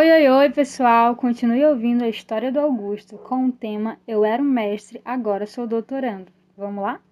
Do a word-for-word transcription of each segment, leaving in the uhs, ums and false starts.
Oi, oi, oi, pessoal! Continue ouvindo a história do Augusto com o tema Eu era um mestre, agora sou doutorando. Vamos lá?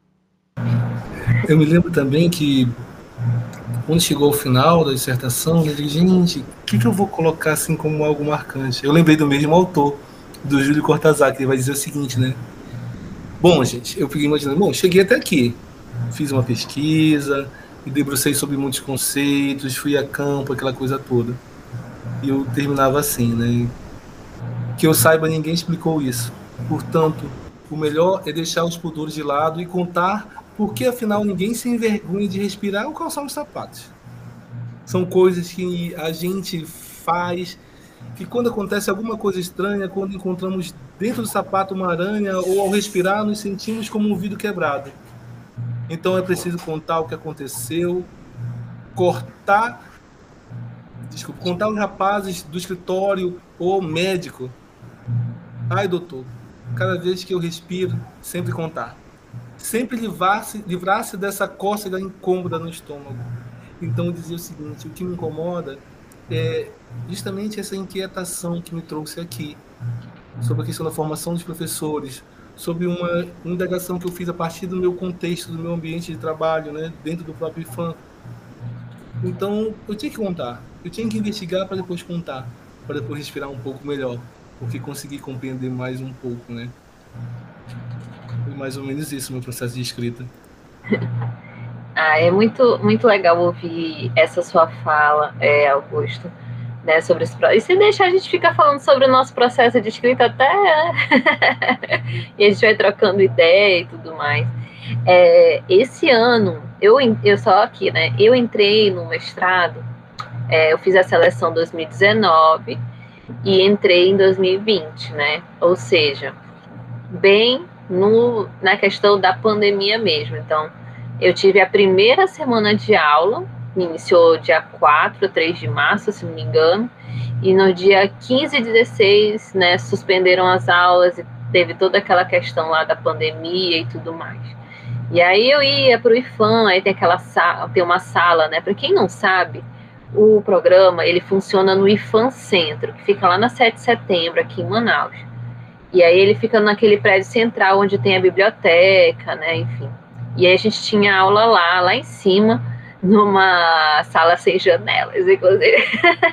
Eu me lembro também que, quando chegou ao final da dissertação, eu disse, gente, o que, que eu vou colocar assim como algo marcante? Eu lembrei do mesmo autor, do Júlio Cortázar, que ele vai dizer o seguinte, né? Bom, gente, eu fiquei imaginando, bom, cheguei até aqui, fiz uma pesquisa, me debrucei sobre muitos conceitos, fui a campo, aquela coisa toda. E eu terminava assim, né? Que eu saiba, ninguém explicou isso. Portanto, o melhor é deixar os pudores de lado e contar porque, afinal, ninguém se envergonha de respirar ou calçar os sapatos. São coisas que a gente faz, que quando acontece alguma coisa estranha, quando encontramos dentro do sapato uma aranha ou ao respirar nos sentimos como um vidro quebrado. Então é preciso contar o que aconteceu, cortar, desculpa, contar os rapazes do escritório ou médico. Ai, doutor, cada vez que eu respiro, sempre contar. Sempre livrar-se livrar dessa cócega incômoda no estômago. Então eu dizia o seguinte, o que me incomoda é justamente essa inquietação que me trouxe aqui, sobre a questão da formação dos professores, sobre uma indagação que eu fiz a partir do meu contexto, do meu ambiente de trabalho, né, dentro do próprio IFAM. Então eu tinha que contar, eu tinha que investigar para depois contar, para depois respirar um pouco melhor, porque consegui compreender mais um pouco, né? Foi mais ou menos isso, meu processo de escrita. Ah, é muito, muito legal ouvir essa sua fala, é, Augusto, né, sobre esse processo. E se deixar, a gente fica falando sobre o nosso processo de escrita até... e a gente vai trocando ideia e tudo mais. É, esse ano, eu, eu só aqui, né, eu entrei no mestrado, é, eu fiz a seleção dois mil e dezenove e entrei em dois mil e vinte, né, ou seja, bem no, na questão da pandemia mesmo. Então, eu tive a primeira semana de aula, iniciou dia quatro, três de março, se não me engano, e no dia quinze e dezesseis, né, suspenderam as aulas e teve toda aquela questão lá da pandemia e tudo mais. E aí eu ia para o IFAM, aí tem aquela sala, tem uma sala, né, para quem não sabe, o programa, ele funciona no IFAM Centro, que fica lá na sete de setembro, aqui em Manaus. E aí ele fica naquele prédio central, onde tem a biblioteca, né, enfim. E aí a gente tinha aula lá, lá em cima, numa sala sem janelas, inclusive.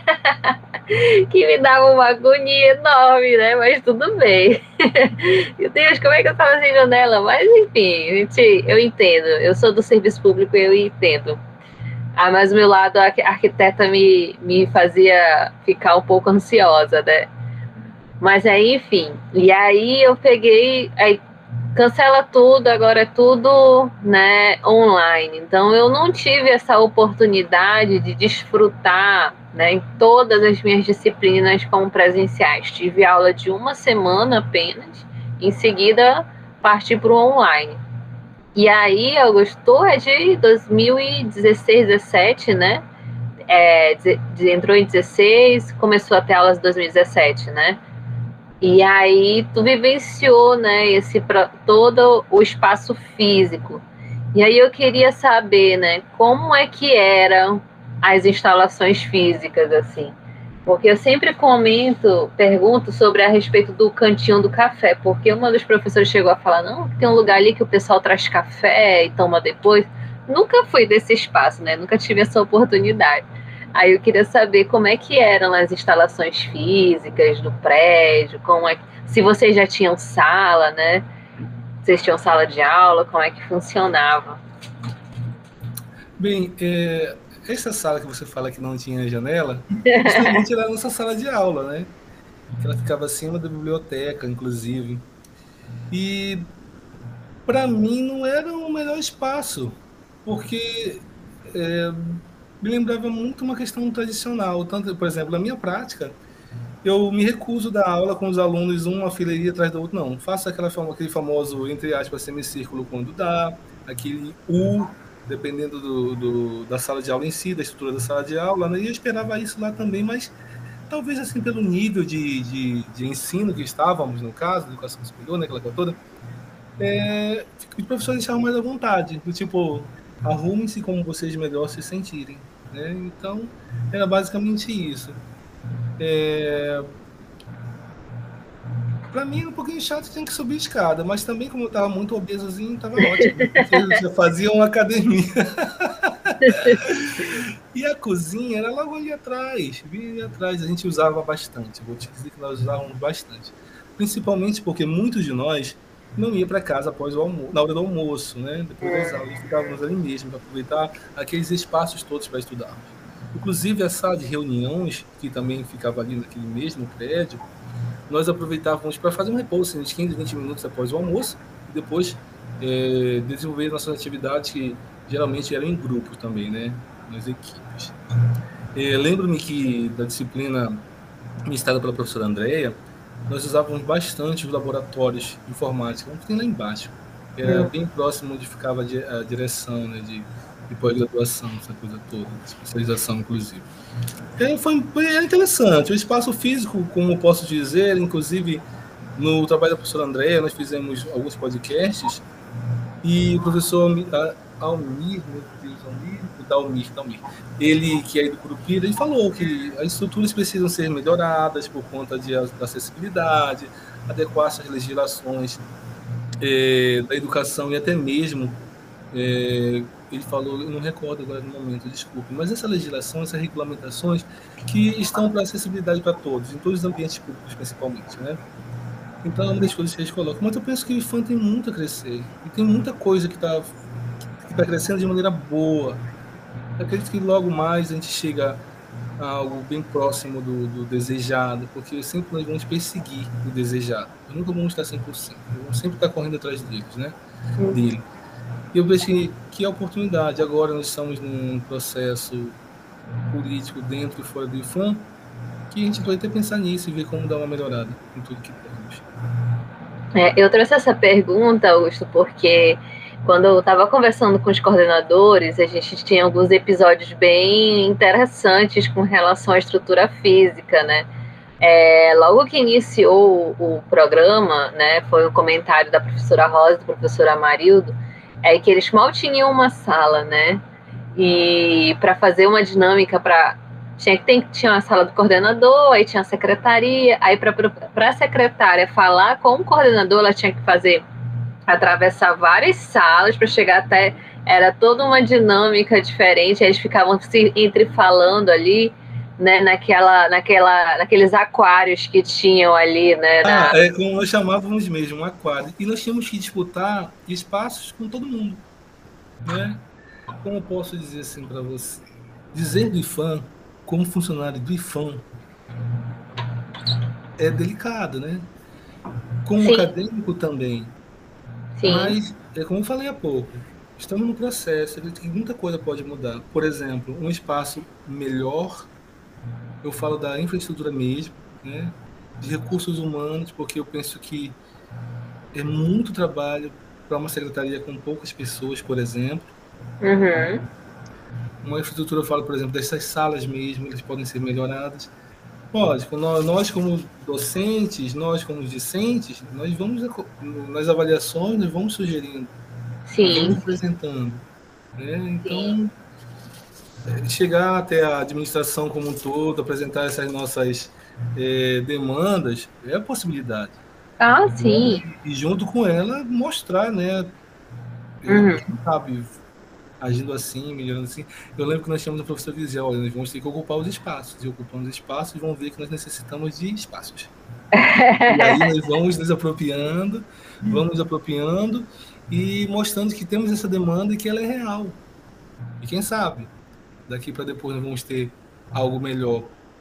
Que me dava uma agonia enorme, né? Mas tudo bem. Meu Deus, como é que eu sala sem janela? Mas enfim, gente, eu entendo. Eu sou do serviço público e eu entendo. Ah, mas o meu lado, a arquiteta me, me fazia ficar um pouco ansiosa, né? Mas aí, enfim. E aí eu peguei... Aí, cancela tudo, agora é tudo, né, online. Então eu não tive essa oportunidade de desfrutar, né, em todas as minhas disciplinas como presenciais. Tive aula de uma semana apenas, em seguida parti para o online. E aí, Augusto, é de dois mil e dezesseis, dezessete, né? É, de, de, entrou em dezesseis, começou a ter aulas em dois mil e dezessete, né? E aí tu vivenciou, né, esse, todo o espaço físico. E aí eu queria saber, né, como é que eram as instalações físicas, assim. Porque eu sempre comento, pergunto sobre a respeito do cantinho do café, porque uma dos professores chegou a falar, não, tem um lugar ali que o pessoal traz café e toma depois. Nunca fui desse espaço, né, nunca tive essa oportunidade. Aí eu queria saber como é que eram as instalações físicas do prédio, como é, se vocês já tinham sala, né? Vocês tinham sala de aula, como é que funcionava? Bem, é, essa sala que você fala que não tinha janela, justamente era a nossa sala de aula, né? Que ela ficava acima da biblioteca, inclusive. E para mim não era o melhor espaço, porque é, me lembrava muito uma questão tradicional. Tanto, por exemplo, na minha prática, eu me recuso a dar aula com os alunos uma fileirinha atrás da outra, não. Faça aquela, aquele famoso, entre aspas, semicírculo quando dá, aquele U, dependendo do, do, da sala de aula em si, da estrutura da sala de aula, né? E eu esperava isso lá também, mas talvez assim pelo nível de, de, de ensino que estávamos, no caso, educação superior, né, aquela coisa toda, é, os professores deixavam mais à vontade, do tipo, arrumem-se como vocês melhor se sentirem, né? Então, era basicamente isso. É... Para mim era um pouquinho chato, tinha que subir a escada, mas também como eu estava muito obesozinho, estava ótimo. Eu já fazia uma academia. E a cozinha era logo ali atrás, ali atrás, a gente usava bastante, vou te dizer que nós usávamos bastante. Principalmente porque muitos de nós não ia para casa após o almoço, na hora do almoço, né? Depois das aulas, ficávamos ali mesmo para aproveitar aqueles espaços todos para estudarmos. Inclusive a sala de reuniões, que também ficava ali naquele mesmo prédio, nós aproveitávamos para fazer um repouso, uns quinze, vinte minutos após o almoço, e depois é, desenvolver nossas atividades, que geralmente eram em grupos também, né? Nas equipes. É, lembro-me que da disciplina ministrada pela professora Andréia, nós usávamos bastante os laboratórios informáticos, que tem lá embaixo. Era bem próximo onde ficava a direção, né, de, de pós-graduação, essa coisa toda, de especialização, inclusive. É, foi, foi interessante. O espaço físico, como posso dizer, inclusive no trabalho da professora Andréia, nós fizemos alguns podcasts e o professor Almir, meu Deus, Almir, Dalmir, Dalmir, ele, que é do Curupira, ele falou que as estruturas precisam ser melhoradas por conta de, da acessibilidade, adequar-se às legislações é, da educação e até mesmo, é, ele falou, eu não recordo agora no momento, desculpe, mas essa legislação, essas regulamentações que estão para acessibilidade para todos, em todos os ambientes públicos principalmente, né? Então é uma das coisas que eles colocam. Mas eu penso que o I F A M tem muito a crescer, e tem muita coisa que está que tá crescendo de maneira boa. Eu acredito que logo mais a gente chega a algo bem próximo do, do desejado, porque sempre nós vamos perseguir o desejado. Nós nunca vamos estar cem por cento, nós vamos sempre estar correndo atrás deles, né? Dele. E eu vejo que, que é oportunidade. Agora nós estamos num processo político dentro e fora do I F A M, que a gente pode até pensar nisso e ver como dar uma melhorada em tudo que temos. É, eu trouxe essa pergunta, Augusto, porque quando eu estava conversando com os coordenadores, a gente tinha alguns episódios bem interessantes com relação à estrutura física, né? É, logo que iniciou o, o programa, né, foi um comentário da professora Rosa e do professor Amarildo, é que eles mal tinham uma sala, né? E para fazer uma dinâmica para Tinha, tem, tinha a sala do coordenador, aí tinha a secretaria, aí para a secretária falar com o coordenador, ela tinha que fazer, atravessar várias salas para chegar até, era toda uma dinâmica diferente, aí eles ficavam se entre falando ali, né, naquela, naquela, naqueles aquários que tinham ali, né? Na... Ah, é como nós chamávamos mesmo, um aquário. E nós tínhamos que disputar espaços com todo mundo, né? Como eu posso dizer assim para você? Dizer do I F A M, como funcionário do I F A M, é delicado, né? Como Sim. acadêmico também. Sim. Mas, é como eu falei há pouco, estamos no processo, que muita coisa pode mudar. Por exemplo, um espaço melhor, eu falo da infraestrutura mesmo, né? De recursos humanos, porque eu penso que é muito trabalho para uma secretaria com poucas pessoas, por exemplo. Uhum. Uma infraestrutura, eu falo, por exemplo, dessas salas mesmo, eles podem ser melhoradas. Lógico, nós, nós como docentes, nós como discentes, nós vamos, nas avaliações, nós vamos sugerindo, Sim. vamos apresentando. Né? Então, Sim. chegar até a administração como um todo, apresentar essas nossas é, demandas, é a possibilidade. Ah, sim. E, e junto com ela, mostrar, né? Uhum. Quem sabe, agindo assim, melhorando assim. Eu lembro que nós tínhamos o professor Vizel, olha, nós vamos ter que ocupar os espaços, e ocupando os espaços, vão ver que nós necessitamos de espaços. E aí nós vamos nos apropriando, vamos nos apropriando e mostrando que temos essa demanda e que ela é real. E quem sabe, daqui para depois nós vamos ter algo melhor.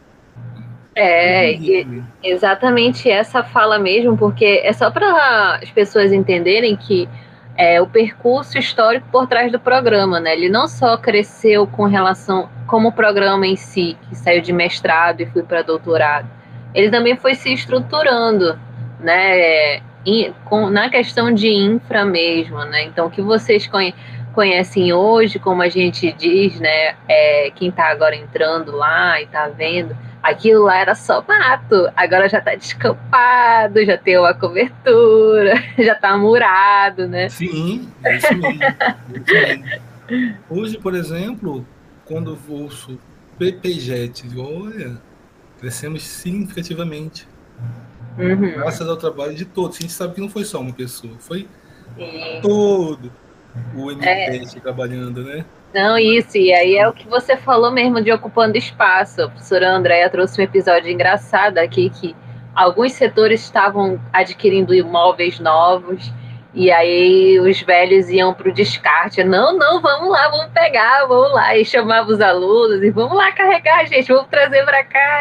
É, exatamente essa fala mesmo, porque é só para as pessoas entenderem que É, o percurso histórico por trás do programa, né? Ele não só cresceu com relação como o programa em si, que saiu de mestrado e foi para doutorado, ele também foi se estruturando, né? In, com, na questão de infra mesmo, né? Então, o que vocês conhe, conhecem hoje, como a gente diz, né? É, quem está agora entrando lá e está vendo, aquilo lá era só mato, agora já está descampado, já tem uma cobertura, já está murado, né? Sim, é isso mesmo. É isso mesmo. Hoje, por exemplo, quando eu ouço P P Jet, olha, Crescemos significativamente. Uhum. Graças ao trabalho de todos. A gente sabe que não foi só uma pessoa, foi E... todo o M P E T é. trabalhando, né? Não, isso, e aí é o que você falou mesmo de ocupando espaço. A professora Andréia trouxe um episódio engraçado aqui, que alguns setores estavam adquirindo imóveis novos, e aí os velhos iam para o descarte. Não, não, vamos lá, vamos pegar, vamos lá. E chamava os alunos, e vamos lá carregar, gente, vamos trazer para cá,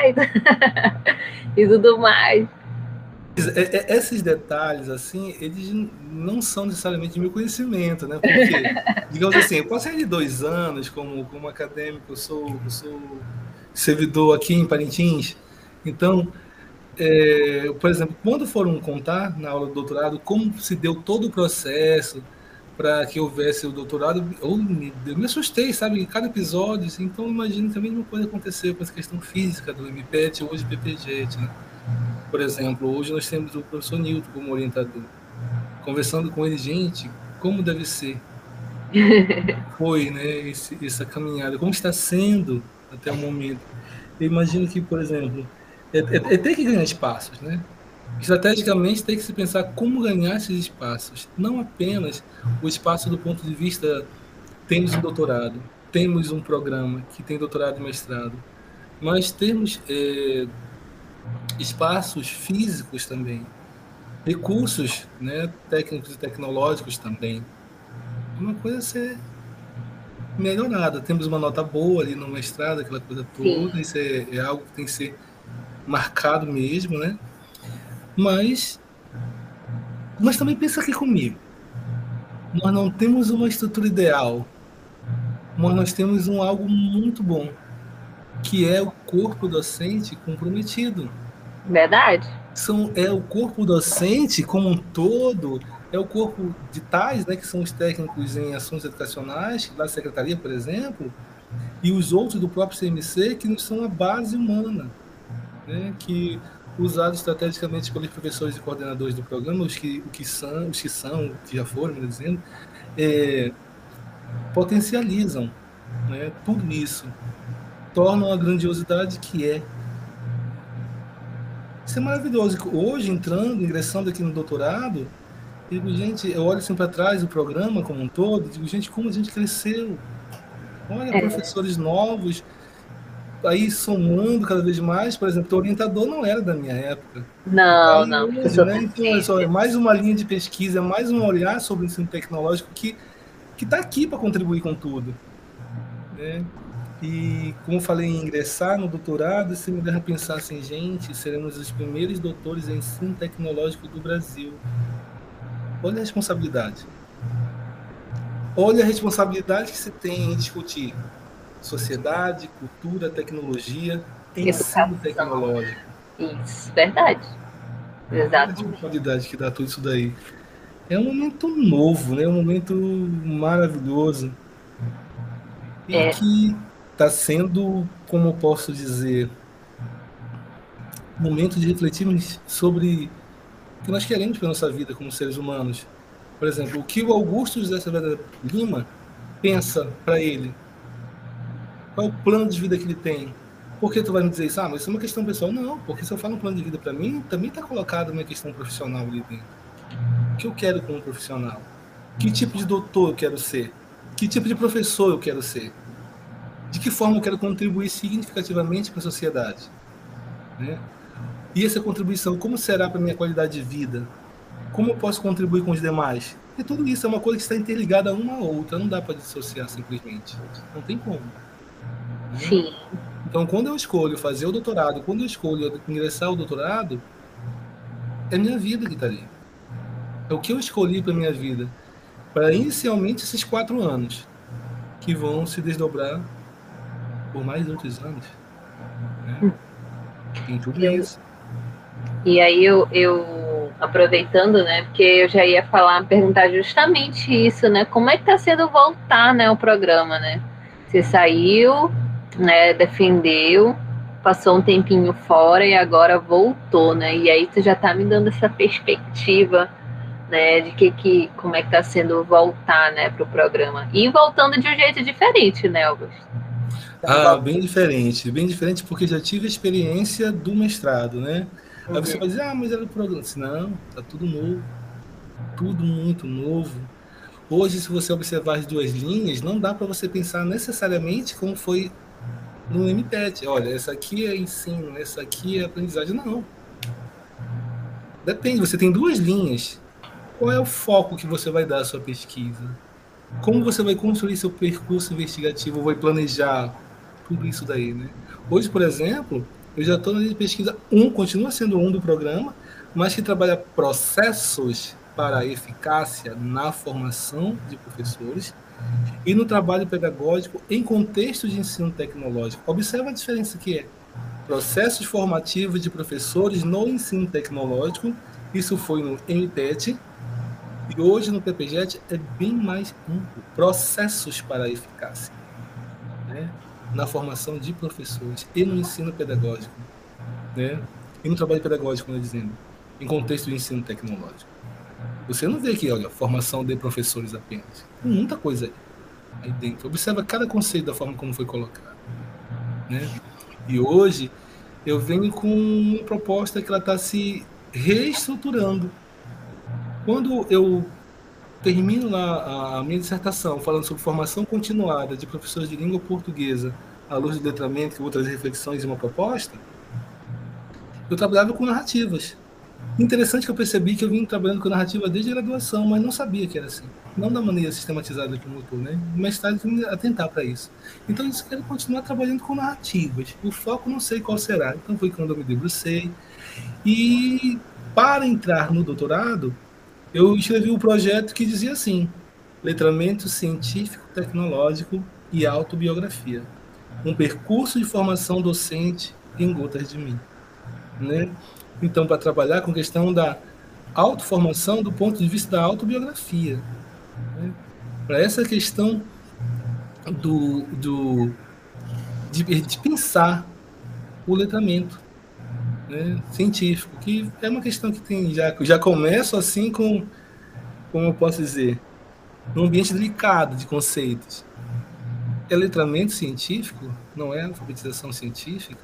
e tudo mais. Esses detalhes, assim, eles não são necessariamente de meu conhecimento, né? Porque, digamos assim, eu passei de dois anos como, como acadêmico, eu sou, eu sou servidor aqui em Parintins, então, é, por exemplo, quando foram contar na aula do doutorado como se deu todo o processo para que houvesse o doutorado, eu me, eu me assustei, sabe, em cada episódio, assim, então imagino que a mesma coisa aconteceu com essa questão física do M P E T, hoje P P G E T, né? Por exemplo, hoje nós temos o professor Nilton como orientador. Conversando com ele, gente, como deve ser? Foi, né, esse, essa caminhada, como está sendo até o momento. Eu imagino que, por exemplo, é, é, é ter que ganhar espaços, né? Estrategicamente tem que se pensar como ganhar esses espaços. Não apenas o espaço do ponto de vista, temos um doutorado, temos um programa que tem doutorado e mestrado, mas temos é, espaços físicos também, recursos, né, técnicos e tecnológicos também. Uma coisa a ser melhorada. Temos uma nota boa ali no mestrado, aquela coisa toda. Sim. Isso é, é algo que tem que ser marcado mesmo, né? Mas, mas também pensa aqui comigo. Nós não temos uma estrutura ideal, mas nós temos um algo muito bom, que é o corpo docente comprometido. Verdade. São, é o corpo docente como um todo, é o corpo de tais, né, que são os técnicos em ações educacionais, da secretaria, por exemplo, e os outros do próprio C M C, que nos são a base humana, né, que usados estrategicamente pelos professores e coordenadores do programa, os que, os que são, os que são, que já foram, me dizendo, é, potencializam, né, tudo isso, tornam a grandiosidade que é. Isso é maravilhoso. Hoje, entrando, ingressando aqui no doutorado, digo, gente, eu olho assim para trás o programa como um todo, digo, gente, como a gente cresceu. Olha, é. professores novos, aí somando cada vez mais. Por exemplo, o orientador não era da minha época. Não, aí, não. Hoje, né? Então, é só, é mais uma linha de pesquisa, é mais um olhar sobre o ensino tecnológico que está aqui para contribuir com tudo. Né? E, como eu falei, em ingressar no doutorado, isso me deve pensar assim, gente, seremos os primeiros doutores em ensino tecnológico do Brasil. Olha a responsabilidade. Olha a responsabilidade que se tem em discutir sociedade, cultura, tecnologia, ensino tecnológico. Isso, verdade. Exato. Olha a responsabilidade que dá tudo isso daí. É um momento novo, né? Um momento maravilhoso. E é. que está sendo, como eu posso dizer, um momento de refletirmos sobre o que nós queremos para a nossa vida como seres humanos. Por exemplo, o que o Augusto José Saavedra Lima pensa para ele? Qual é o plano de vida que ele tem? Por que tu vai me dizer isso? Ah, mas isso é uma questão pessoal. Não, porque se eu falo um plano de vida para mim, também está colocado uma questão profissional ali dentro. O que eu quero como profissional? Que tipo de doutor eu quero ser? Que tipo de professor eu quero ser? De que forma eu quero contribuir significativamente para a sociedade? Né? E essa contribuição, como será para a minha qualidade de vida? Como eu posso contribuir com os demais? E tudo isso é uma coisa que está interligada uma a outra, não dá para dissociar simplesmente. Não tem como. Né? Sim. Então, quando eu escolho fazer o doutorado, quando eu escolho ingressar ao doutorado, é minha vida que está ali. É o que eu escolhi para a minha vida. Para inicialmente esses quatro anos, que vão se desdobrar por mais outros anos. Né? Tem tudo eu, isso. E aí eu, eu, aproveitando, né, porque eu já ia falar, perguntar justamente isso, né, como é que está sendo voltar, né, o programa, né? Você saiu, né, defendeu, passou um tempinho fora e agora voltou, né? E aí tu já está me dando essa perspectiva, né, de que, que como é que está sendo voltar, né, para o programa. E voltando de um jeito diferente, né, Augusto? Ah, bem diferente, bem diferente porque já tive a experiência do mestrado, né? Aí você vai dizer, ah, mas era o programa. Não, tá tudo novo, tudo muito novo. Hoje, se você observar as duas linhas, não dá para você pensar necessariamente como foi no M T E T. Olha, essa aqui é ensino, essa aqui é aprendizagem. Não. Depende, você tem duas linhas. Qual é o foco que você vai dar à sua pesquisa? Como você vai construir seu percurso investigativo, vai planejar tudo isso daí, né? Hoje, por exemplo, eu já estou na linha de pesquisa um, continua sendo um do programa, mas que trabalha processos para a eficácia na formação de professores e no trabalho pedagógico em contexto de ensino tecnológico. Observa a diferença que é. Processos formativos de professores no ensino tecnológico, isso foi no M T E T, e hoje no P P G E T é bem mais amplo. Processos para a eficácia, né? Na formação de professores e no ensino pedagógico, né? E no trabalho pedagógico, como eu dizendo, em contexto de ensino tecnológico. Você não vê aqui, olha, formação de professores apenas. Tem muita coisa aí, aí dentro. Observa cada conceito da forma como foi colocado, né? E hoje eu venho com uma proposta que ela está se reestruturando. Quando eu termino lá a minha dissertação falando sobre formação continuada de professores de língua portuguesa à luz do letramento e outras reflexões e uma proposta, eu trabalhava com narrativas. Interessante que eu percebi que eu vim trabalhando com narrativa desde a graduação, mas não sabia que era assim. Não da maneira sistematizada como eu estou, né? Mais tarde eu vim atentar para isso. Então eu quero continuar trabalhando com narrativas. O foco não sei qual será. Então foi quando eu me debrucei. E para entrar no doutorado, eu escrevi um projeto que dizia assim: letramento científico, tecnológico e autobiografia. Um percurso de formação docente em gotas de mim, né? Então, para trabalhar com a questão da autoformação do ponto de vista da autobiografia, né? Para essa questão do, do, de, de pensar o letramento, né, científico, que é uma questão que tem já, já começa assim com, como eu posso dizer, num ambiente delicado de conceitos. É letramento científico, não é alfabetização científica,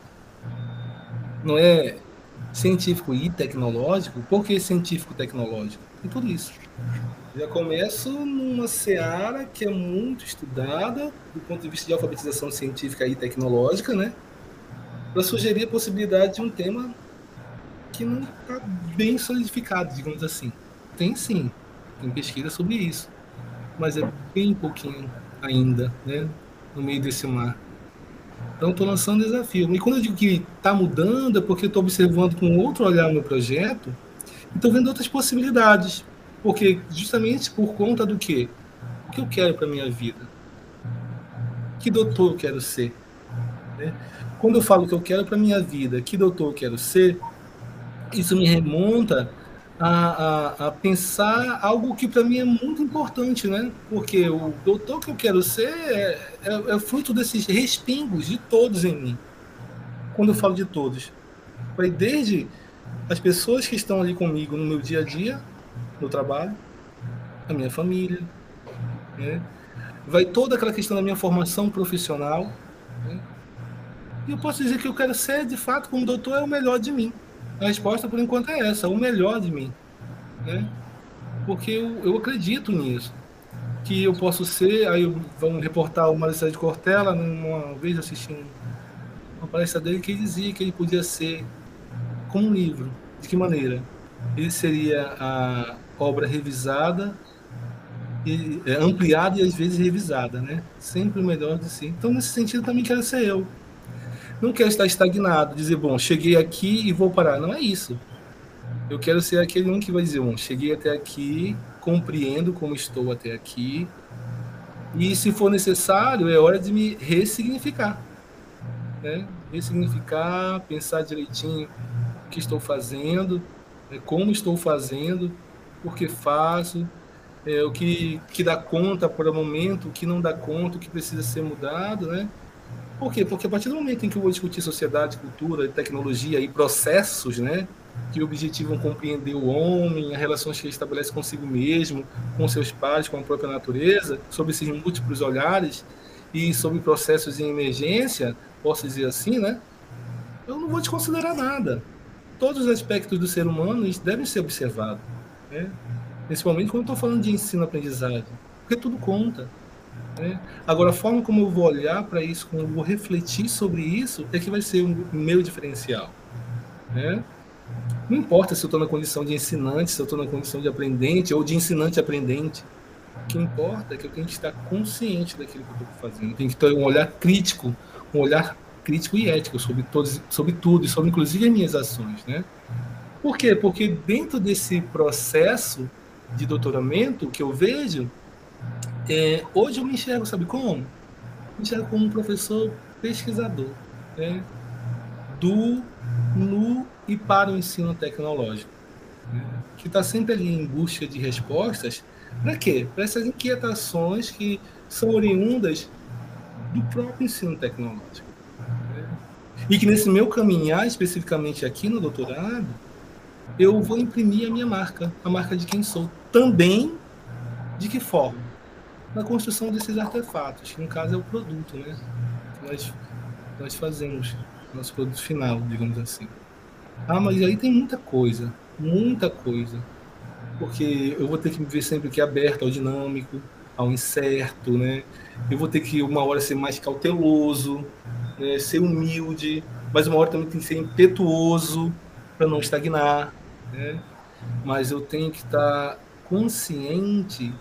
não é científico e tecnológico. Por que científico e tecnológico? Tem tudo isso. Já começo numa seara que é muito estudada do ponto de vista de alfabetização científica e tecnológica, né? Para sugerir a possibilidade de um tema que não está bem solidificado, digamos assim. Tem sim, tem pesquisa sobre isso, mas é bem pouquinho ainda, né? No meio desse mar. Então, estou lançando um desafio. E quando eu digo que está mudando, é porque estou observando com outro olhar o meu projeto e estou vendo outras possibilidades. Porque, justamente por conta do quê? O que eu quero para a minha vida? Que doutor eu quero ser? Né? Quando eu falo que eu quero para a minha vida, que doutor eu quero ser, isso me remonta a, a, a pensar algo que para mim é muito importante, né? Porque o doutor que eu quero ser é, é, é fruto desses respingos de todos em mim. Quando eu falo de todos, vai desde as pessoas que estão ali comigo no meu dia a dia, no trabalho, a minha família, né? Vai toda aquela questão da minha formação profissional, né? E eu posso dizer que eu quero ser, de fato, como doutor, é o melhor de mim. A resposta, por enquanto, é essa, o melhor de mim, né? Porque eu, eu acredito nisso, que eu posso ser. Aí vamos reportar o Maricel de Cortella, uma vez assistindo uma palestra dele, que ele dizia que ele podia ser como um livro. De que maneira? Ele seria a obra revisada, e, é, ampliada e às vezes revisada, né? Sempre o melhor de si. Então, nesse sentido, também quero ser eu. Não quero estar estagnado, dizer, bom, cheguei aqui e vou parar. Não é isso. Eu quero ser aquele um que vai dizer, bom, cheguei até aqui, compreendo como estou até aqui, e se for necessário, é hora de me ressignificar, né? Ressignificar, pensar direitinho o que estou fazendo, né? Como estou fazendo, por que faço, é, o que, que dá conta por um momento, o que não dá conta, o que precisa ser mudado, né? Por quê? Porque a partir do momento em que eu vou discutir sociedade, cultura, tecnologia e processos, né, que objetivam compreender o homem, as relações que ele estabelece consigo mesmo, com seus pares, com a própria natureza, sob esses múltiplos olhares, e sobre processos em emergência, posso dizer assim, né? Eu não vou te considerar nada. Todos os aspectos do ser humano devem ser observados, né? Principalmente quando eu estou falando de ensino-aprendizagem, porque tudo conta, né? Agora, a forma como eu vou olhar para isso, como eu vou refletir sobre isso, é que vai ser o meu diferencial, né? Não importa se eu estou na condição de ensinante, se eu estou na condição de aprendente ou de ensinante-aprendente. O que importa é que eu tenho que estar consciente daquilo que eu estou fazendo. Eu tenho que ter um olhar crítico, um olhar crítico e ético sobre, todos, sobre tudo, e sobre inclusive as minhas ações, né? Por quê? Porque dentro desse processo de doutoramento que eu vejo, é, hoje eu me enxergo, sabe como? Me enxergo como um professor pesquisador, né? Do, no e para o ensino tecnológico, né? Que está sempre ali em busca de respostas. Para quê? Para essas inquietações que são oriundas do próprio ensino tecnológico, né? E que nesse meu caminhar, especificamente aqui no doutorado, eu vou imprimir a minha marca, a marca de quem sou. Também, de que forma? Na construção desses artefatos, que no caso é o produto, né? Que nós, nós fazemos, nosso produto final, digamos assim. Ah, mas aí tem muita coisa, muita coisa. Porque eu vou ter que me ver sempre que aberto ao dinâmico, ao incerto, né? Eu vou ter que uma hora ser mais cauteloso, né? Ser humilde, mas uma hora também tem que ser impetuoso para não estagnar, né? Mas eu tenho que estar consciente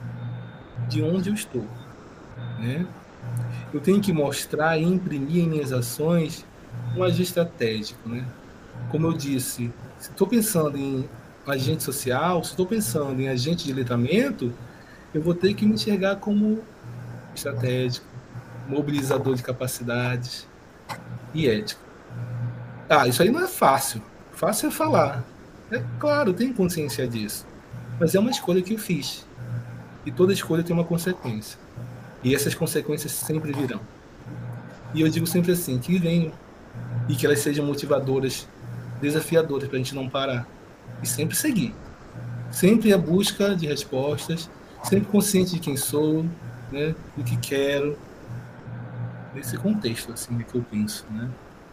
de onde eu estou, né? Eu tenho que mostrar e imprimir em minhas ações um agir estratégico, né? Como eu disse, se estou pensando em agente social, se estou pensando em agente de letramento, eu vou ter que me enxergar como estratégico, mobilizador de capacidades e ético. Ah, isso aí não é fácil. Fácil é falar. É claro, eu tenho consciência disso. Mas é uma escolha que eu fiz. E toda escolha tem uma consequência. E essas consequências sempre virão. E eu digo sempre assim, que venham. E que elas sejam motivadoras, desafiadoras, para a gente não parar. E sempre seguir. Sempre a busca de respostas, sempre consciente de quem sou, né, do que quero. Nesse contexto, assim, que eu penso, né?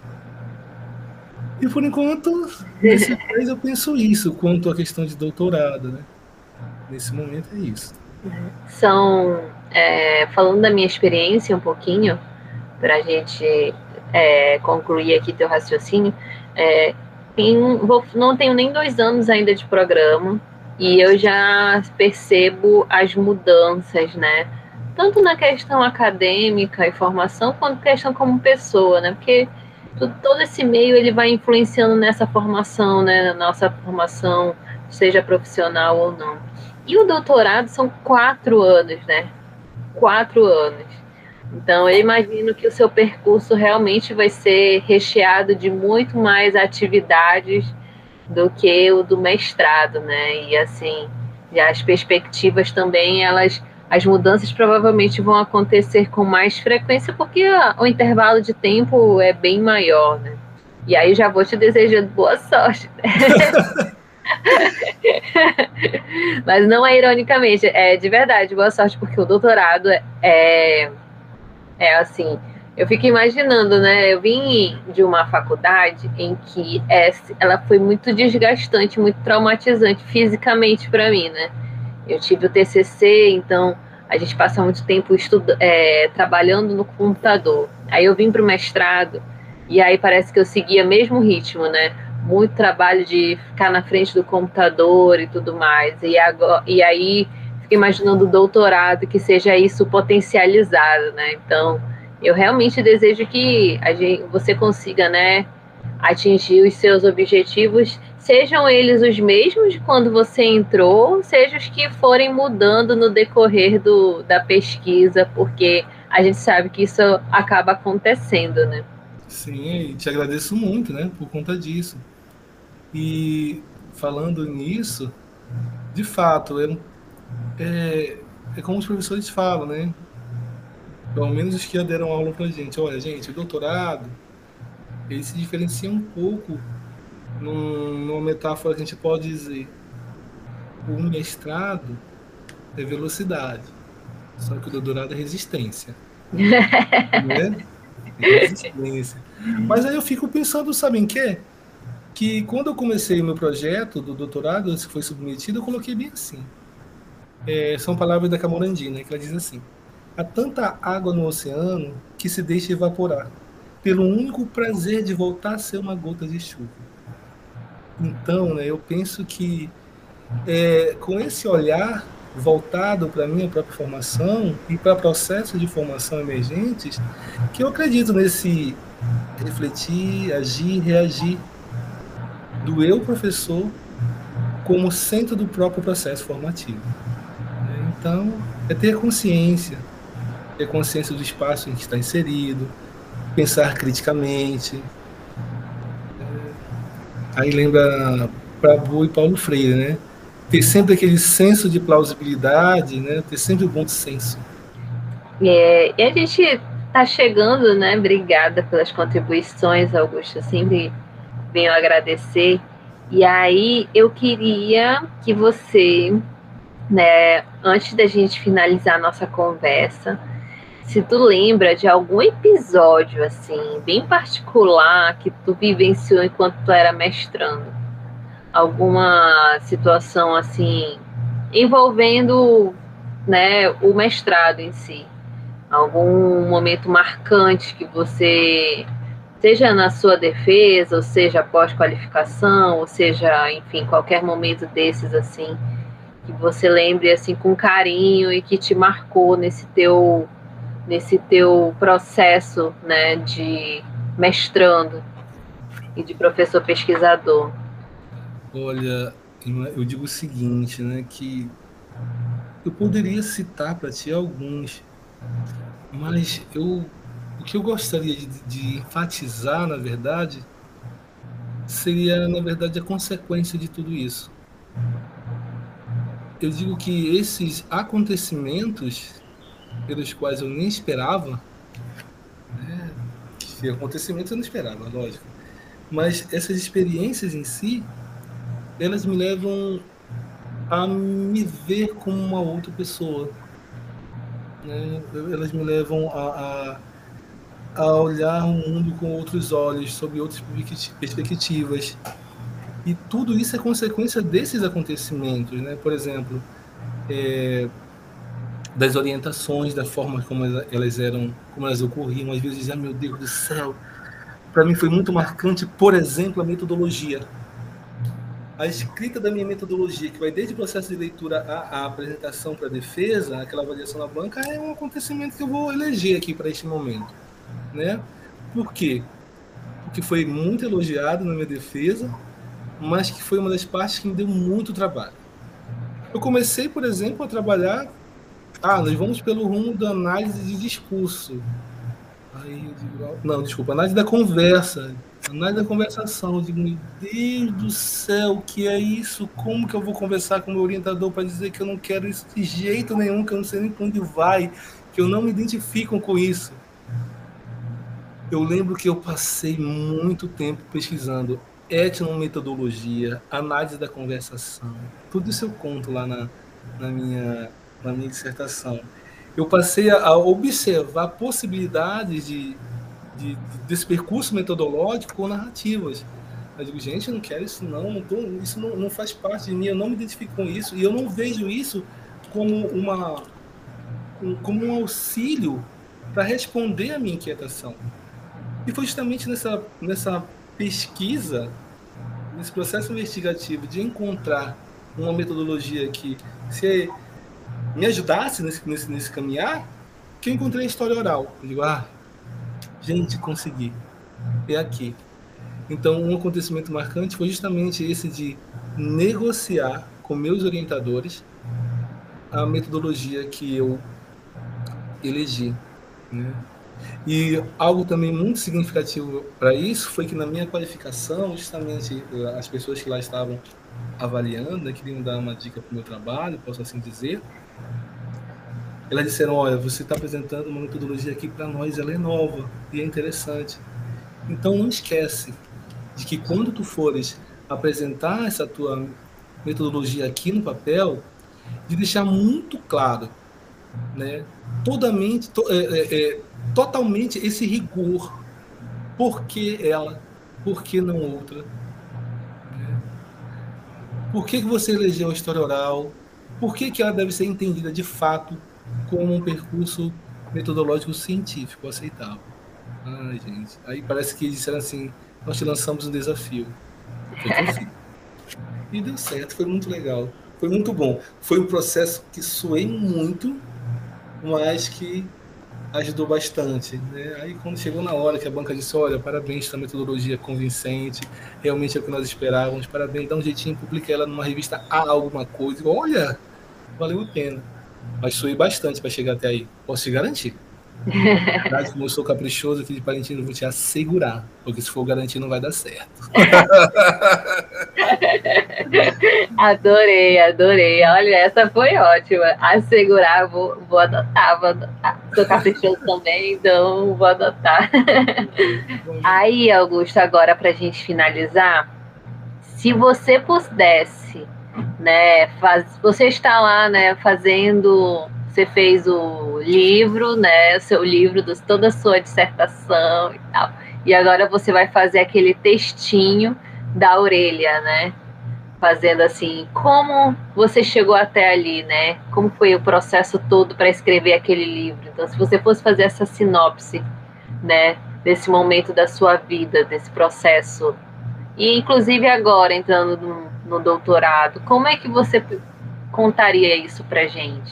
E por enquanto, nesse mês eu penso isso, quanto à questão de doutorado, né? Nesse momento é isso. São, é, falando da minha experiência um pouquinho, para a gente é, concluir aqui teu raciocínio, é, em, vou, não tenho nem dois anos ainda de programa e eu já percebo as mudanças, né? Tanto na questão acadêmica e formação, quanto questão como pessoa, né? Porque todo esse meio ele vai influenciando nessa formação, né? Na nossa formação, seja profissional ou não. E o doutorado são quatro anos, né? Quatro anos. Então, eu imagino que o seu percurso realmente vai ser recheado de muito mais atividades do que o do mestrado, né? E assim, as perspectivas também, elas, as mudanças provavelmente vão acontecer com mais frequência, porque o intervalo de tempo é bem maior, né? E aí já vou te desejando boa sorte. Mas não é ironicamente, é de verdade, boa sorte, porque o doutorado é, é assim, eu fico imaginando, né, eu vim de uma faculdade em que é, ela foi muito desgastante, muito traumatizante fisicamente para mim, né, eu tive o T C C, então a gente passa muito tempo estuda, é, trabalhando no computador, aí eu vim para o mestrado, e aí parece que eu seguia o mesmo ritmo, né, muito trabalho de ficar na frente do computador e tudo mais, e, agora, e aí fico imaginando o doutorado que seja isso potencializado, né, então eu realmente desejo que a gente, você consiga, né, atingir os seus objetivos, sejam eles os mesmos de quando você entrou, sejam os que forem mudando no decorrer do, da pesquisa, porque a gente sabe que isso acaba acontecendo, né. Sim, te agradeço muito, né, por conta disso. E falando nisso, de fato, é, é, é como os professores falam, né? Pelo menos os que já deram aula pra gente. Olha, gente, o doutorado, ele se diferencia um pouco num, numa metáfora que a gente pode dizer. O mestrado é velocidade, só que o doutorado é resistência. Né? Resistência. Mas aí eu fico pensando, sabe em quê? Que quando eu comecei o meu projeto do doutorado, que foi submetido, eu coloquei bem assim. É, são palavras da Camorandi, né? Que ela diz assim: há tanta água no oceano que se deixa evaporar, pelo único prazer de voltar a ser uma gota de chuva. Então, né, eu penso que é, com esse olhar voltado para a minha própria formação e para processos de formação emergentes, que eu acredito nesse refletir, agir, reagir do eu professor como centro do próprio processo formativo. Então, é ter consciência, ter consciência do espaço em que está inserido, pensar criticamente. Aí lembra Prabhu e Paulo Freire, né? Ter sempre aquele senso de plausibilidade, né? Ter sempre o bom senso. É, e a gente está chegando, né? Obrigada pelas contribuições, Augusto. Eu sempre venho agradecer. E aí eu queria que você, né, antes da gente finalizar a nossa conversa, se tu lembra de algum episódio, assim, bem particular que tu vivenciou enquanto tu era mestrando. Alguma situação, assim, envolvendo, né, o mestrado em si. Algum momento marcante que você, seja na sua defesa, ou seja pós-qualificação, ou seja, enfim, qualquer momento desses, assim, que você lembre, assim, com carinho e que te marcou nesse teu... nesse teu processo, né, de mestrando e de professor pesquisador? Olha, eu digo o seguinte, né, que eu poderia citar para ti alguns, mas eu, o que eu gostaria de, de enfatizar, na verdade, seria, na verdade, a consequência de tudo isso. Eu digo que esses acontecimentos pelos quais eu nem esperava, né? Que acontecimentos eu não esperava, lógico. Mas essas experiências em si, elas me levam a me ver como uma outra pessoa, né? Elas me levam a, a, a olhar o mundo com outros olhos, sob outras perspectivas. E tudo isso é consequência desses acontecimentos, né? Por exemplo, é, das orientações, da forma como elas eram, como elas ocorriam. Às vezes, ah, meu Deus do céu, para mim foi muito marcante, por exemplo, a metodologia. A escrita da minha metodologia, que vai desde o processo de leitura à, à apresentação para a defesa, aquela avaliação na banca, é um acontecimento que eu vou eleger aqui para este momento, né? Por quê? Porque foi muito elogiado na minha defesa, mas que foi uma das partes que me deu muito trabalho. Eu comecei, por exemplo, a trabalhar... Ah, nós vamos pelo rumo da análise de discurso. Aí eu digo, não, desculpa, análise da conversa. Análise da conversação. Eu digo, meu Deus do céu, o que é isso? Como que eu vou conversar com o meu orientador para dizer que eu não quero isso de jeito nenhum, que eu não sei nem para onde vai, que eu não me identifico com isso? Eu lembro que eu passei muito tempo pesquisando etnometodologia, análise da conversação. Tudo isso eu conto lá na, na, minha, na minha dissertação. Eu passei a observar possibilidades de, de, desse percurso metodológico com narrativas. Eu digo, gente, eu não quero isso não, não tô, isso não, não faz parte de mim, eu não me identifico com isso, e eu não vejo isso como, uma, como um auxílio para responder à minha inquietação. E foi justamente nessa, nessa pesquisa, nesse processo investigativo de encontrar uma metodologia que se me ajudasse nesse, nesse, nesse caminhar, que eu encontrei a história oral. Eu digo, ah, gente, consegui. É aqui. Então, um acontecimento marcante foi justamente esse de negociar com meus orientadores a metodologia que eu elegi, né? E algo também muito significativo para isso foi que na minha qualificação, justamente as pessoas que lá estavam avaliando, né, queriam dar uma dica para o meu trabalho, posso assim dizer, elas disseram, olha, você está apresentando uma metodologia aqui para nós, ela é nova e é interessante. Então não esquece de que quando tu fores apresentar essa tua metodologia aqui no papel, de deixar muito claro né? Totalmente, to, é, é, totalmente esse rigor. Por que ela? Por que não outra? Né? Por que, que você elegeu a história oral? Por que, que ela deve ser entendida de fato como um percurso metodológico científico aceitável? Ai, gente. Aí parece que disseram assim: nós te lançamos um desafio. Foi o que eu fiz. E deu certo, foi muito legal. Foi muito bom. Foi um processo que suei muito, mas que ajudou bastante, né? Aí quando chegou na hora que a banca disse, olha, parabéns pela metodologia convincente, realmente é o que nós esperávamos, parabéns, dá um jeitinho, publica ela numa revista A alguma coisa, olha, valeu a pena. Mas suei bastante para chegar até aí, posso te garantir. Na verdade, como eu sou caprichoso aqui de Parintins, eu vou te assegurar, porque se for garantir não vai dar certo. Adorei, adorei. Olha, essa foi ótima. Assegurar, vou, vou adotar, vou adotar. Sou caprichoso também, então vou adotar. Aí, Augusto, agora para a gente finalizar, se você pudesse, né, faz, você está lá, né, fazendo, você fez o livro, né, o seu livro, dos, toda a sua dissertação e tal, e agora você vai fazer aquele textinho da orelha, né, fazendo assim, como você chegou até ali, né, como foi o processo todo para escrever aquele livro. Então, se você fosse fazer essa sinopse, né, desse momento da sua vida, desse processo, e inclusive agora, entrando no, no doutorado, como é que você contaria isso pra gente?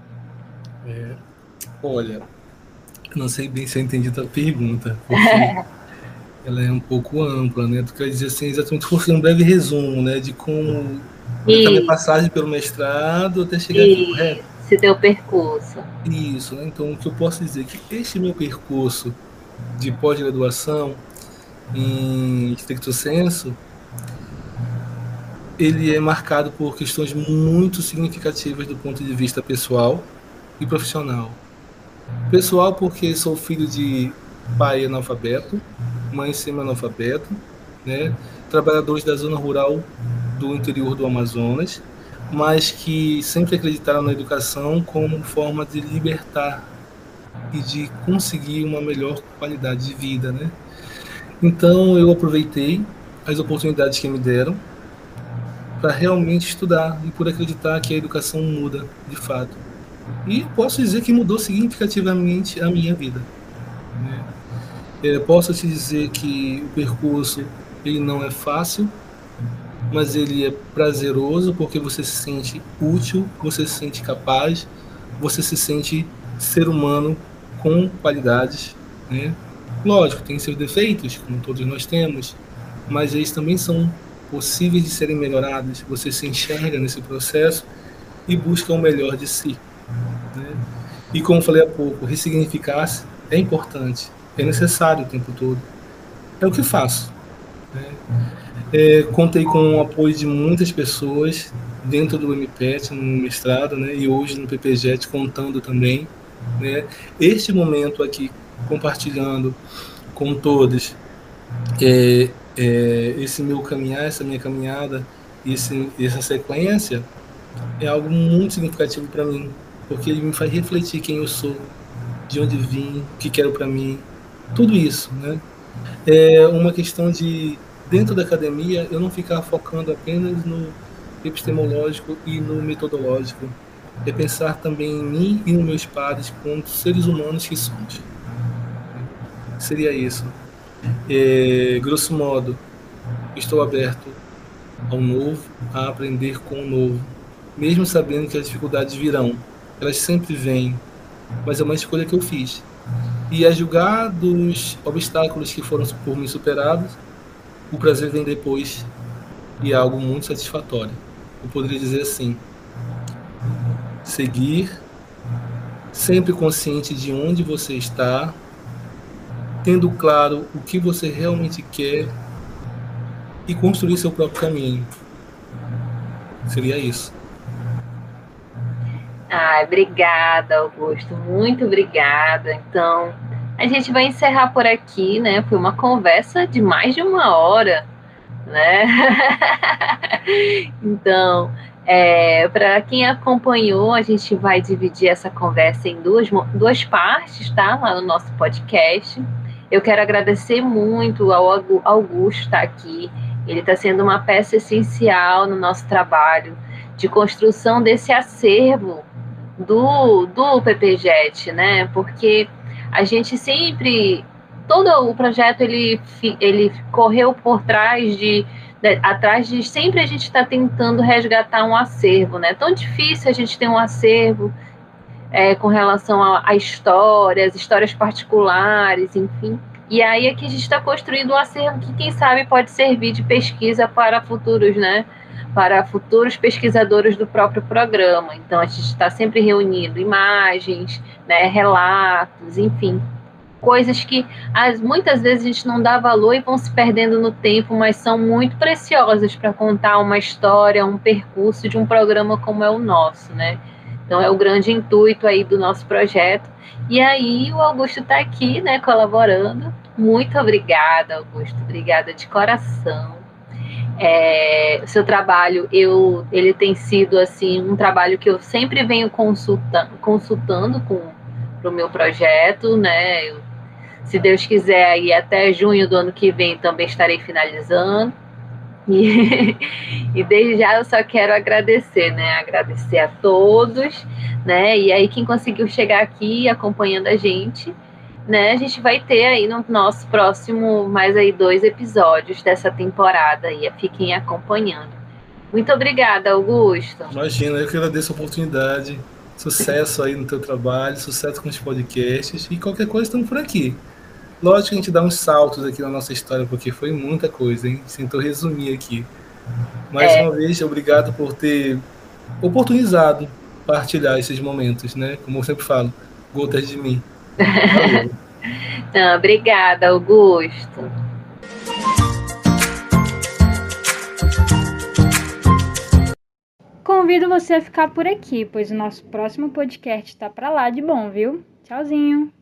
É, olha, não sei bem se eu entendi a tua pergunta, porque ela é um pouco ampla, né? Tu quer dizer assim, exatamente, fosse um breve resumo, né, de como a minha passagem pelo mestrado até chegar aqui, correto? Esse teu percurso. Isso, né? Então, o que eu posso dizer é que este meu percurso de pós-graduação em stricto sensu, ele é marcado por questões muito significativas do ponto de vista pessoal e profissional. Pessoal, porque sou filho de pai analfabeto, mãe semi-analfabeto, né? Trabalhadores da zona rural do interior do Amazonas, mas que sempre acreditaram na educação como forma de libertar e de conseguir uma melhor qualidade de vida, né? Então eu aproveitei as oportunidades que me deram para realmente estudar e por acreditar que a educação muda de fato. E posso dizer que mudou significativamente a minha vida, né? É, posso te dizer que o percurso ele não é fácil, mas ele é prazeroso porque você se sente útil, você se sente capaz, você se sente ser humano com qualidades, né? Lógico, tem seus defeitos, como todos nós temos, mas eles também são possíveis de serem melhorados. Você se enxerga nesse processo e busca o melhor de si, né? E como falei há pouco, ressignificar-se é importante, é necessário o tempo todo. É o que faço, né? É, contei com o apoio de muitas pessoas dentro do M P E T, no mestrado, né? E hoje no P P G E T, contando também, né? Este momento aqui, compartilhando com todos é, é, esse meu caminhar, essa minha caminhada, esse, essa sequência, é algo muito significativo para mim, porque ele me faz refletir quem eu sou, de onde vim, o que quero para mim, tudo isso, né? É uma questão de, dentro da academia, eu não ficar focando apenas no epistemológico e no metodológico, é pensar também em mim e nos meus pares como seres humanos que somos. Seria isso. É, grosso modo, estou aberto ao novo, a aprender com o novo, mesmo sabendo que as dificuldades virão. Elas sempre vêm, mas é uma escolha que eu fiz. E a julgar dos obstáculos que foram por mim superados, o prazer vem depois e é algo muito satisfatório. Eu poderia dizer assim: seguir, sempre consciente de onde você está, tendo claro o que você realmente quer e construir seu próprio caminho. Seria isso. Ah, obrigada, Augusto. Muito obrigada. Então, a gente vai encerrar por aqui, né? Foi uma conversa de mais de uma hora, né? Então, É, para quem acompanhou, a gente vai dividir essa conversa em duas, duas partes, tá? Lá no nosso podcast. Eu quero agradecer muito ao Augusto estar aqui. Ele está sendo uma peça essencial no nosso trabalho de construção desse acervo do, do P P J E T, né? Porque a gente sempre... Todo o projeto, ele, ele correu por trás de... atrás de sempre a gente está tentando resgatar um acervo, né? Tão difícil a gente ter um acervo é, com relação a, a histórias, histórias particulares, enfim. E aí aqui a gente está construindo um acervo que, quem sabe, pode servir de pesquisa para futuros, né? Para futuros pesquisadores do próprio programa. Então a gente está sempre reunindo imagens, né? Relatos, enfim. Coisas que as, muitas vezes a gente não dá valor e vão se perdendo no tempo, mas são muito preciosas para contar uma história, um percurso de um programa como é o nosso, né? Então é o grande intuito aí do nosso projeto. E aí o Augusto está aqui, né, colaborando. Muito obrigada, Augusto. Obrigada de coração. É, o seu trabalho, eu, ele tem sido assim um trabalho que eu sempre venho consulta, consultando com o meu projeto, né? Eu, se Deus quiser, aí até junho do ano que vem também estarei finalizando. E, e desde já eu só quero agradecer, né? Agradecer a todos, né? E aí quem conseguiu chegar aqui acompanhando a gente, né? A gente vai ter aí no nosso próximo mais aí dois episódios dessa temporada e fiquem acompanhando. Muito obrigada, Augusto. Imagina, eu que agradeço a oportunidade. Sucesso aí no teu trabalho, sucesso com os podcasts e qualquer coisa estamos por aqui. Lógico que a gente dá uns saltos aqui na nossa história, porque foi muita coisa, hein? Tentou resumir aqui. Mais é. uma vez, obrigado por ter oportunizado partilhar esses momentos, né? Como eu sempre falo, gotas de mim. Valeu. Não, obrigada, Augusto. Convido você a ficar por aqui, pois o nosso próximo podcast tá pra lá de bom, viu? Tchauzinho!